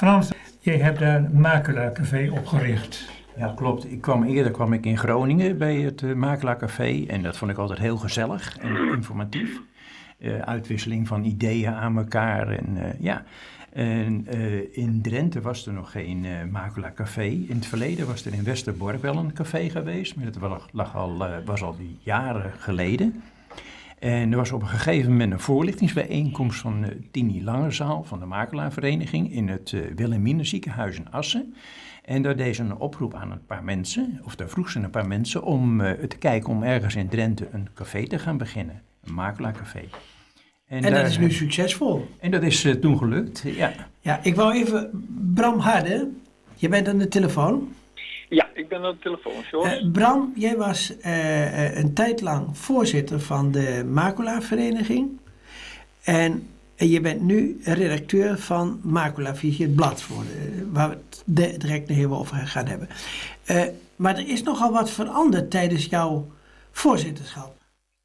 Frans, jij hebt daar een Macula-café opgericht. Ja, klopt. Eerder kwam ik in Groningen bij het Makelaar Café en dat vond ik altijd heel gezellig en informatief. Uitwisseling van ideeën aan elkaar en ja. En in Drenthe was er nog geen Makelaar Café. In het verleden was er in Westerbork wel een café geweest, maar dat was al die jaren geleden. En er was op een gegeven moment een voorlichtingsbijeenkomst van Tini Langezaal van de Makelaarvereniging in het Wilhelmina ziekenhuis in Assen. En daar deed ze een oproep aan een paar mensen, of daar vroeg ze een paar mensen om te kijken om ergens in Drenthe een café te gaan beginnen. Een makelaarcafé. En dat is nu succesvol. En dat is toen gelukt, ja. Ja, ik wou even, Bram Harde, je bent aan de telefoon. Ja, ik ben aan de telefoon, George. Bram, jij was een tijd lang voorzitter van de Makelaarvereniging. En je bent nu redacteur van Maculavisie, het blad, waar we het direct nog even over gaan hebben. Maar er is nogal wat veranderd tijdens jouw voorzitterschap.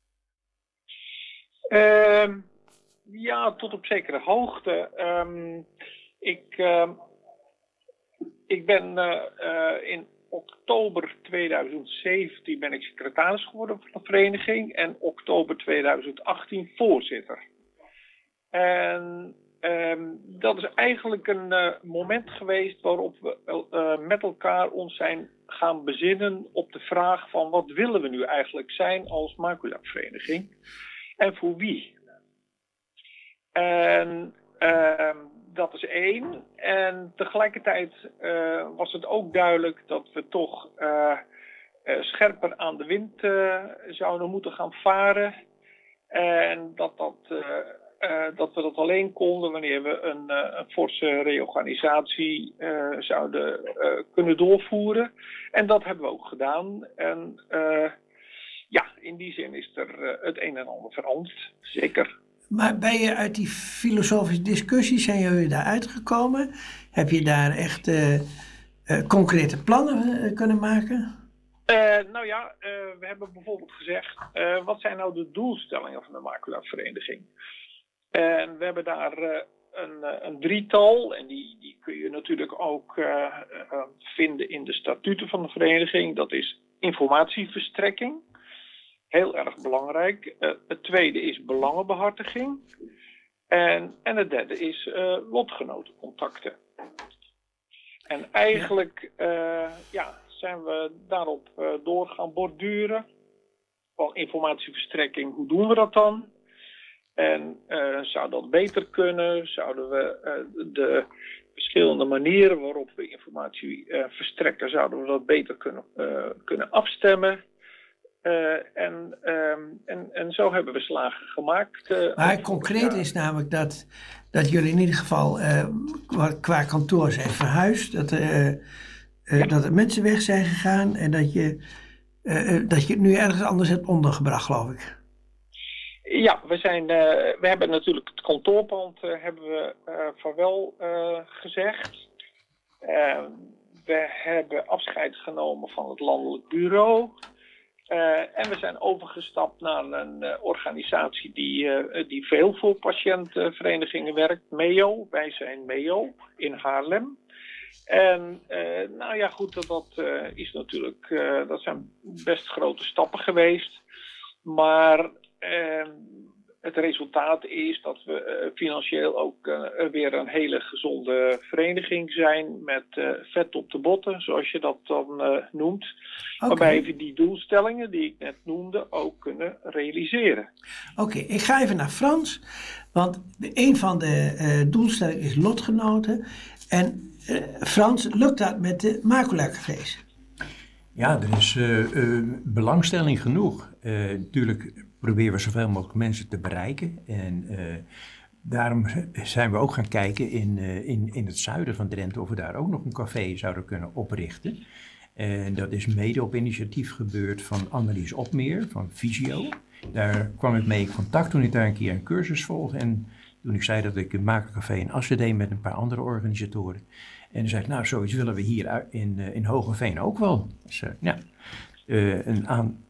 Ja, tot op zekere hoogte. Ik ben in oktober 2017 ben ik secretaris geworden van de vereniging en oktober 2018 voorzitter. En dat is eigenlijk een moment geweest waarop we met elkaar ons zijn gaan bezinnen op de vraag van wat willen we nu eigenlijk zijn als Makelaarvereniging en voor wie. En dat is één. En tegelijkertijd was het ook duidelijk dat we toch scherper aan de wind zouden moeten gaan varen. En dat we dat alleen konden wanneer we een forse reorganisatie zouden kunnen doorvoeren. En dat hebben we ook gedaan. En ja, in die zin is er het een en ander veranderd, zeker. Maar ben je uit die filosofische discussies, zijn jullie daar uitgekomen? Heb je daar echt concrete plannen kunnen maken? Nou ja, we hebben bijvoorbeeld gezegd, wat zijn nou de doelstellingen van de Makelaarvereniging? En we hebben daar een drietal, en die kun je natuurlijk ook vinden in de statuten van de vereniging. Dat is informatieverstrekking. Heel erg belangrijk. Het tweede is belangenbehartiging. En het derde is lotgenotencontacten. En eigenlijk zijn we daarop door gaan borduren. Van informatieverstrekking, hoe doen we dat dan? En zou dat beter kunnen? Zouden we de verschillende manieren waarop we informatie verstrekken, zouden we dat beter kunnen afstemmen? En zo hebben we slagen gemaakt. Maar concreet is namelijk dat jullie in ieder geval qua kantoor zijn verhuisd. Dat er mensen weg zijn gegaan en dat je het nu ergens anders hebt ondergebracht, geloof ik. Ja, we hebben natuurlijk het kantoorpand hebben we vaarwel gezegd. We hebben afscheid genomen van het landelijk bureau. En we zijn overgestapt naar een organisatie die veel voor patiëntenverenigingen werkt, MEO. Wij zijn MEO in Haarlem. En nou ja, goed, dat zijn best grote stappen geweest. Maar het resultaat is dat we financieel ook weer een hele gezonde vereniging zijn met vet op de botten, zoals je dat dan noemt. Okay. Waarbij we die doelstellingen die ik net noemde ook kunnen realiseren. Oké, ik ga even naar Frans, want een van de doelstellingen is lotgenoten. En Frans, lukt dat met de Makelaarcafés? Ja, er is belangstelling genoeg. Natuurlijk proberen we zoveel mogelijk mensen te bereiken. En daarom zijn we ook gaan kijken in het zuiden van Drenthe of we daar ook nog een café zouden kunnen oprichten. En dat is mede op initiatief gebeurd van Annelies Opmeer van Visio. Daar kwam ik mee in contact toen ik daar een keer een cursus volgde. En toen ik zei dat ik een Makelaarcafé in Assen deed met een paar andere organisatoren. En dan zei ik, nou, zoiets willen we hier in Hoogeveen ook wel. Dus,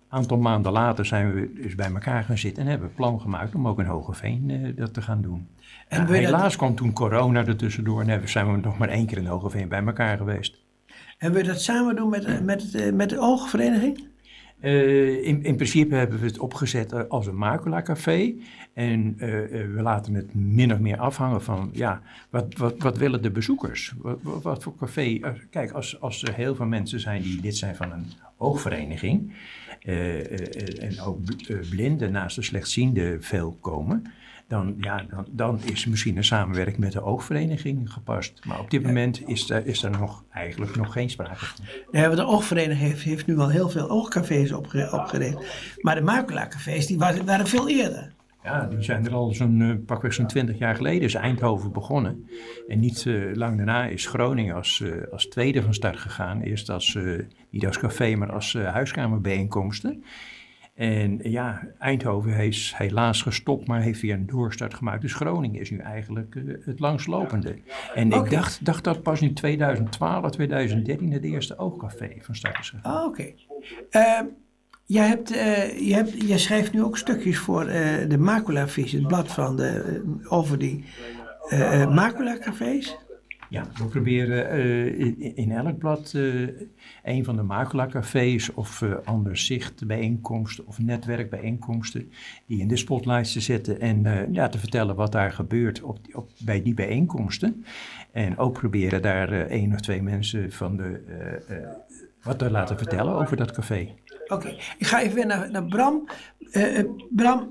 aantal maanden later zijn we dus bij elkaar gaan zitten en hebben we een plan gemaakt om ook in Hogeveen dat te gaan doen. En helaas kwam toen corona er tussendoor en zijn we nog maar 1 keer in Hogeveen bij elkaar geweest. En wil je dat samen doen met de oogvereniging? In principe hebben we het opgezet als een macula-café. En we laten het min of meer afhangen van, wat willen de bezoekers? Wat voor café? Kijk, als er heel veel mensen zijn die lid zijn van een oogvereniging, en ook blinden naast de slechtzienden veel komen, dan is misschien een samenwerking met de oogvereniging gepast. Maar op dit moment is er eigenlijk nog geen sprake van. Ja, want de oogvereniging heeft nu al heel veel oogcafés opgericht. Maar de macula-cafés die waren veel eerder. Ja, die zijn er al pakweg zo'n 20 jaar geleden is Eindhoven begonnen. En niet lang daarna is Groningen als tweede van start gegaan. Eerst niet als café, maar als huiskamerbijeenkomsten. En ja, Eindhoven is helaas gestopt, maar heeft weer een doorstart gemaakt. Dus Groningen is nu eigenlijk het langslopende. En ik dacht dat pas in 2012, 2013 het eerste oogcafé van start is gegaan. Oké. Jij schrijft nu ook stukjes voor de Maculavisie, het blad over die macula-cafés. Ja, we proberen in elk blad een van de macula-cafés of ander zichtbijeenkomsten of netwerkbijeenkomsten die in de spotlights te zetten en te vertellen wat daar gebeurt bij die bijeenkomsten. En ook proberen daar 1 of 2 mensen van wat te laten vertellen over dat café. Oké, ik ga even weer naar Bram. Bram,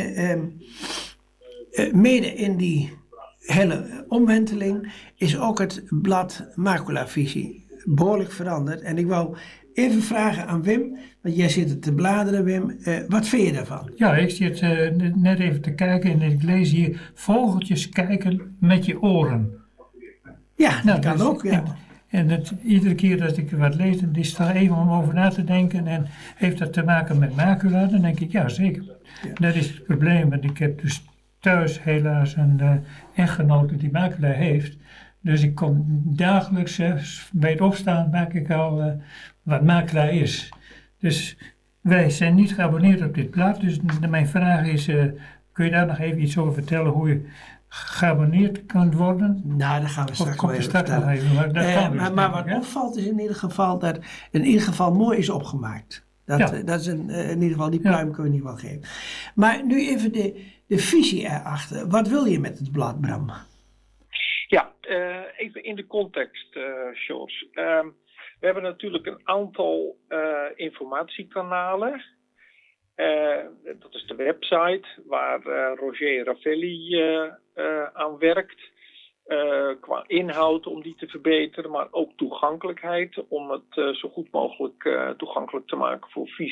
mede in die hele omwenteling is ook het blad Maculavisie behoorlijk veranderd. En ik wou even vragen aan Wim, want jij zit te bladeren, Wim. Wat vind je daarvan? Ja, ik zit net even te kijken en ik lees hier vogeltjes kijken met je oren. Ja, dat kan ook, ja. En iedere keer dat ik wat lees, dan is er even om over na te denken. En heeft dat te maken met macula? Dan denk ik, ja zeker. Ja. Dat is het probleem, want ik heb dus thuis helaas een echtgenote die macula heeft. Dus ik kom dagelijks, bij het opstaan maak ik al wat macula is. Dus wij zijn niet geabonneerd op dit blad. Dus mijn vraag is, kun je daar nog even iets over vertellen hoe je geabonneerd kan worden? Nou, dat gaan we straks wel even vertellen. Maar wat opvalt is in ieder geval dat in ieder geval mooi is opgemaakt. Dat is in ieder geval, die pluim kunnen we niet wel geven. Maar nu even de visie erachter. Wat wil je met het blad, Bram? Ja, even in de context, Sjors. We hebben natuurlijk een aantal informatiekanalen. Dat is de website waar Roger Ravelli aan werkt. Qua inhoud om die te verbeteren, maar ook toegankelijkheid. Om het zo goed mogelijk toegankelijk te maken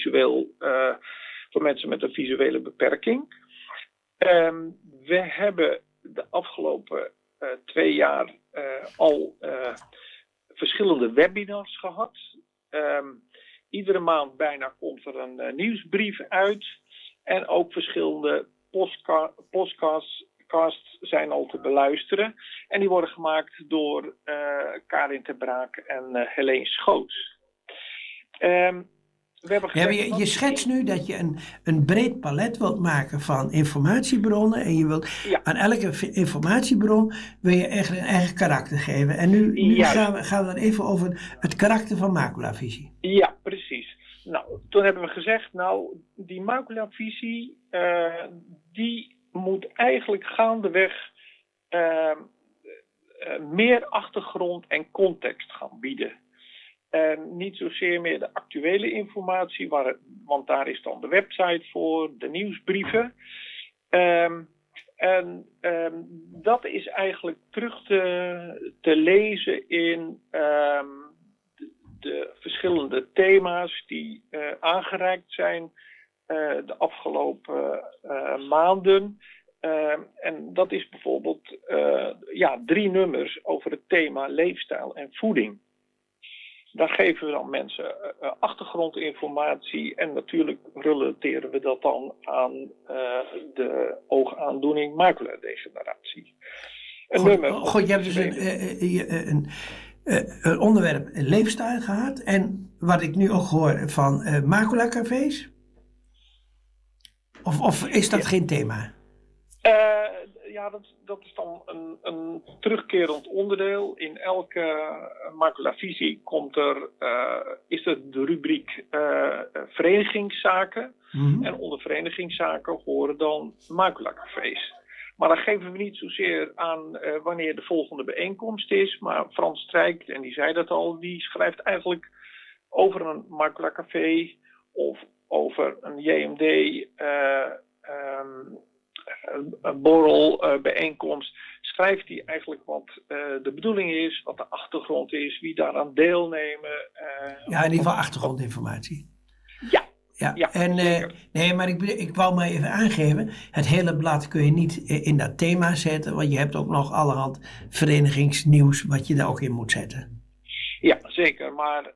voor mensen met een visuele beperking. We hebben de afgelopen 2 jaar al verschillende webinars gehad. Iedere maand bijna komt er een nieuwsbrief uit. En ook verschillende podcasts zijn al te beluisteren. En die worden gemaakt door Karin ter Braak en Helene Schoots. Je schetst nu dat je een breed palet wilt maken van informatiebronnen. En je wilt aan elke informatiebron wil je echt een eigen karakter geven. En nu gaan we dan even over het karakter van maculavisie. Ja, precies. Nou, toen hebben we gezegd, die maculavisie, die moet eigenlijk gaandeweg meer achtergrond en context gaan bieden. En niet zozeer meer de actuele informatie, want daar is dan de website voor, de nieuwsbrieven. Dat is eigenlijk terug te lezen in de verschillende thema's die aangereikt zijn de afgelopen maanden. En dat is bijvoorbeeld 3 nummers over het thema leefstijl en voeding. Daar geven we dan mensen achtergrondinformatie en natuurlijk relateren we dat dan aan de oogaandoening maculadegeneratie. Je hebt dus een onderwerp leefstijl gehad. En wat ik nu ook hoor van maculacafés. Of is dat geen thema? Ja, dat is dan een terugkerend onderdeel. In elke maculavisie is er de rubriek verenigingszaken. Mhm. En onder verenigingszaken horen dan maculacafés. Maar dan geven we niet zozeer aan wanneer de volgende bijeenkomst is. Maar Frans Strijk, en die zei dat al, die schrijft eigenlijk over een maculacafé of over een JMD, een borrel, bijeenkomst. Schrijft hij eigenlijk wat de bedoeling is, wat de achtergrond is, wie daaraan deelnemen. Ja, in ieder geval achtergrondinformatie. Ja. Ja, en nee, maar ik wou maar even aangeven, het hele blad kun je niet in dat thema zetten, want je hebt ook nog allerhand verenigingsnieuws wat je daar ook in moet zetten. Ja, zeker. Maar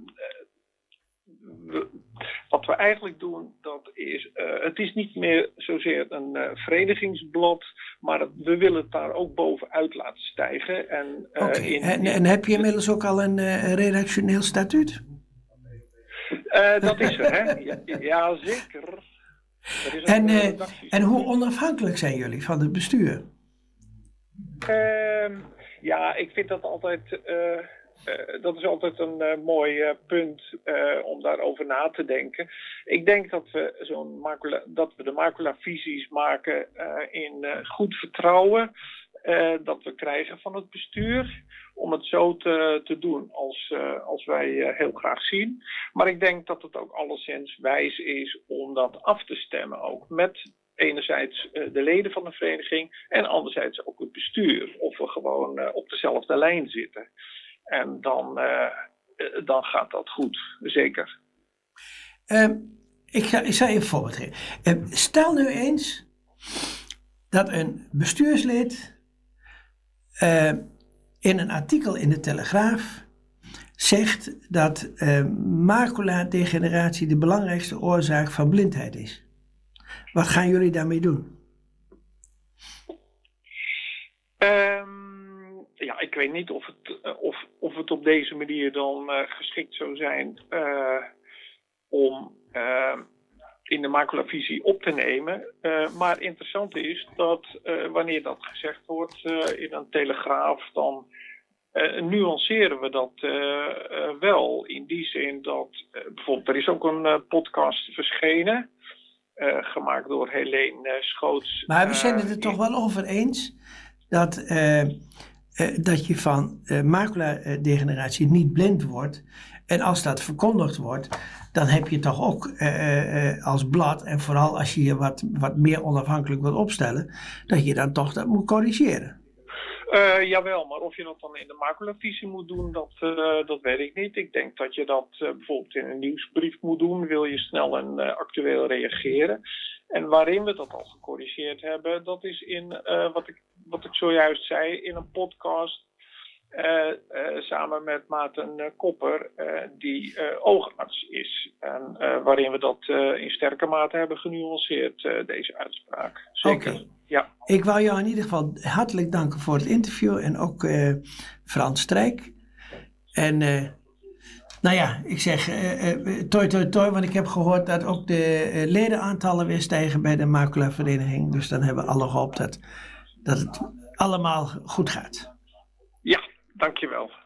wat we eigenlijk doen, dat is, het is niet meer zozeer een verenigingsblad, maar we willen het daar ook bovenuit laten stijgen. Oké. En heb je inmiddels ook al een redactioneel statuut? Dat is er, hè? Ja, zeker. Er is En hoe onafhankelijk zijn jullie van het bestuur? Ja, ik vind dat altijd. Dat is altijd een mooi punt om daarover na te denken. Ik denk dat we de maculavisies maken in goed vertrouwen dat we krijgen van het bestuur. Om het zo te doen als wij heel graag zien. Maar ik denk dat het ook alleszins wijs is om dat af te stemmen ook. Met enerzijds de leden van de vereniging en anderzijds ook het bestuur. Of we gewoon op dezelfde lijn zitten. En dan gaat dat goed, zeker. Ik zal even een voorbeeld geven. Stel nu eens dat een bestuurslid in een artikel in de Telegraaf zegt dat maculadegeneratie de belangrijkste oorzaak van blindheid is. Wat gaan jullie daarmee doen? Ja, ik weet niet of het op deze manier dan geschikt zou zijn om in de maculavisie op te nemen. Maar interessant is dat wanneer dat gezegd wordt in een telegraaf, dan nuanceren we dat wel. In die zin dat bijvoorbeeld, er is ook een podcast verschenen, gemaakt door Helene Schoots. Maar we zijn het er toch wel over eens dat je van maculadegeneratie niet blind wordt. En als dat verkondigd wordt, dan heb je toch ook als blad, en vooral als je je wat meer onafhankelijk wilt opstellen, dat je dan toch dat moet corrigeren. Jawel, maar of je dat dan in de maculavisie moet doen, dat weet ik niet. Ik denk dat je dat bijvoorbeeld in een nieuwsbrief moet doen. Wil je snel en actueel reageren. En waarin we dat al gecorrigeerd hebben, dat is in wat ik zojuist zei, in een podcast samen met Maarten Kopper, die oogarts is. En waarin we dat in sterke mate hebben genuanceerd, deze uitspraak. Zeker. Okay. Ja. Ik wou jou in ieder geval hartelijk danken voor het interview en ook Frans Strijk. En nou ja, ik zeg toi, want ik heb gehoord dat ook de ledenaantallen weer stijgen bij de maculavereniging. Dus dan hebben we alle hoop dat het allemaal goed gaat. Ja, dankjewel.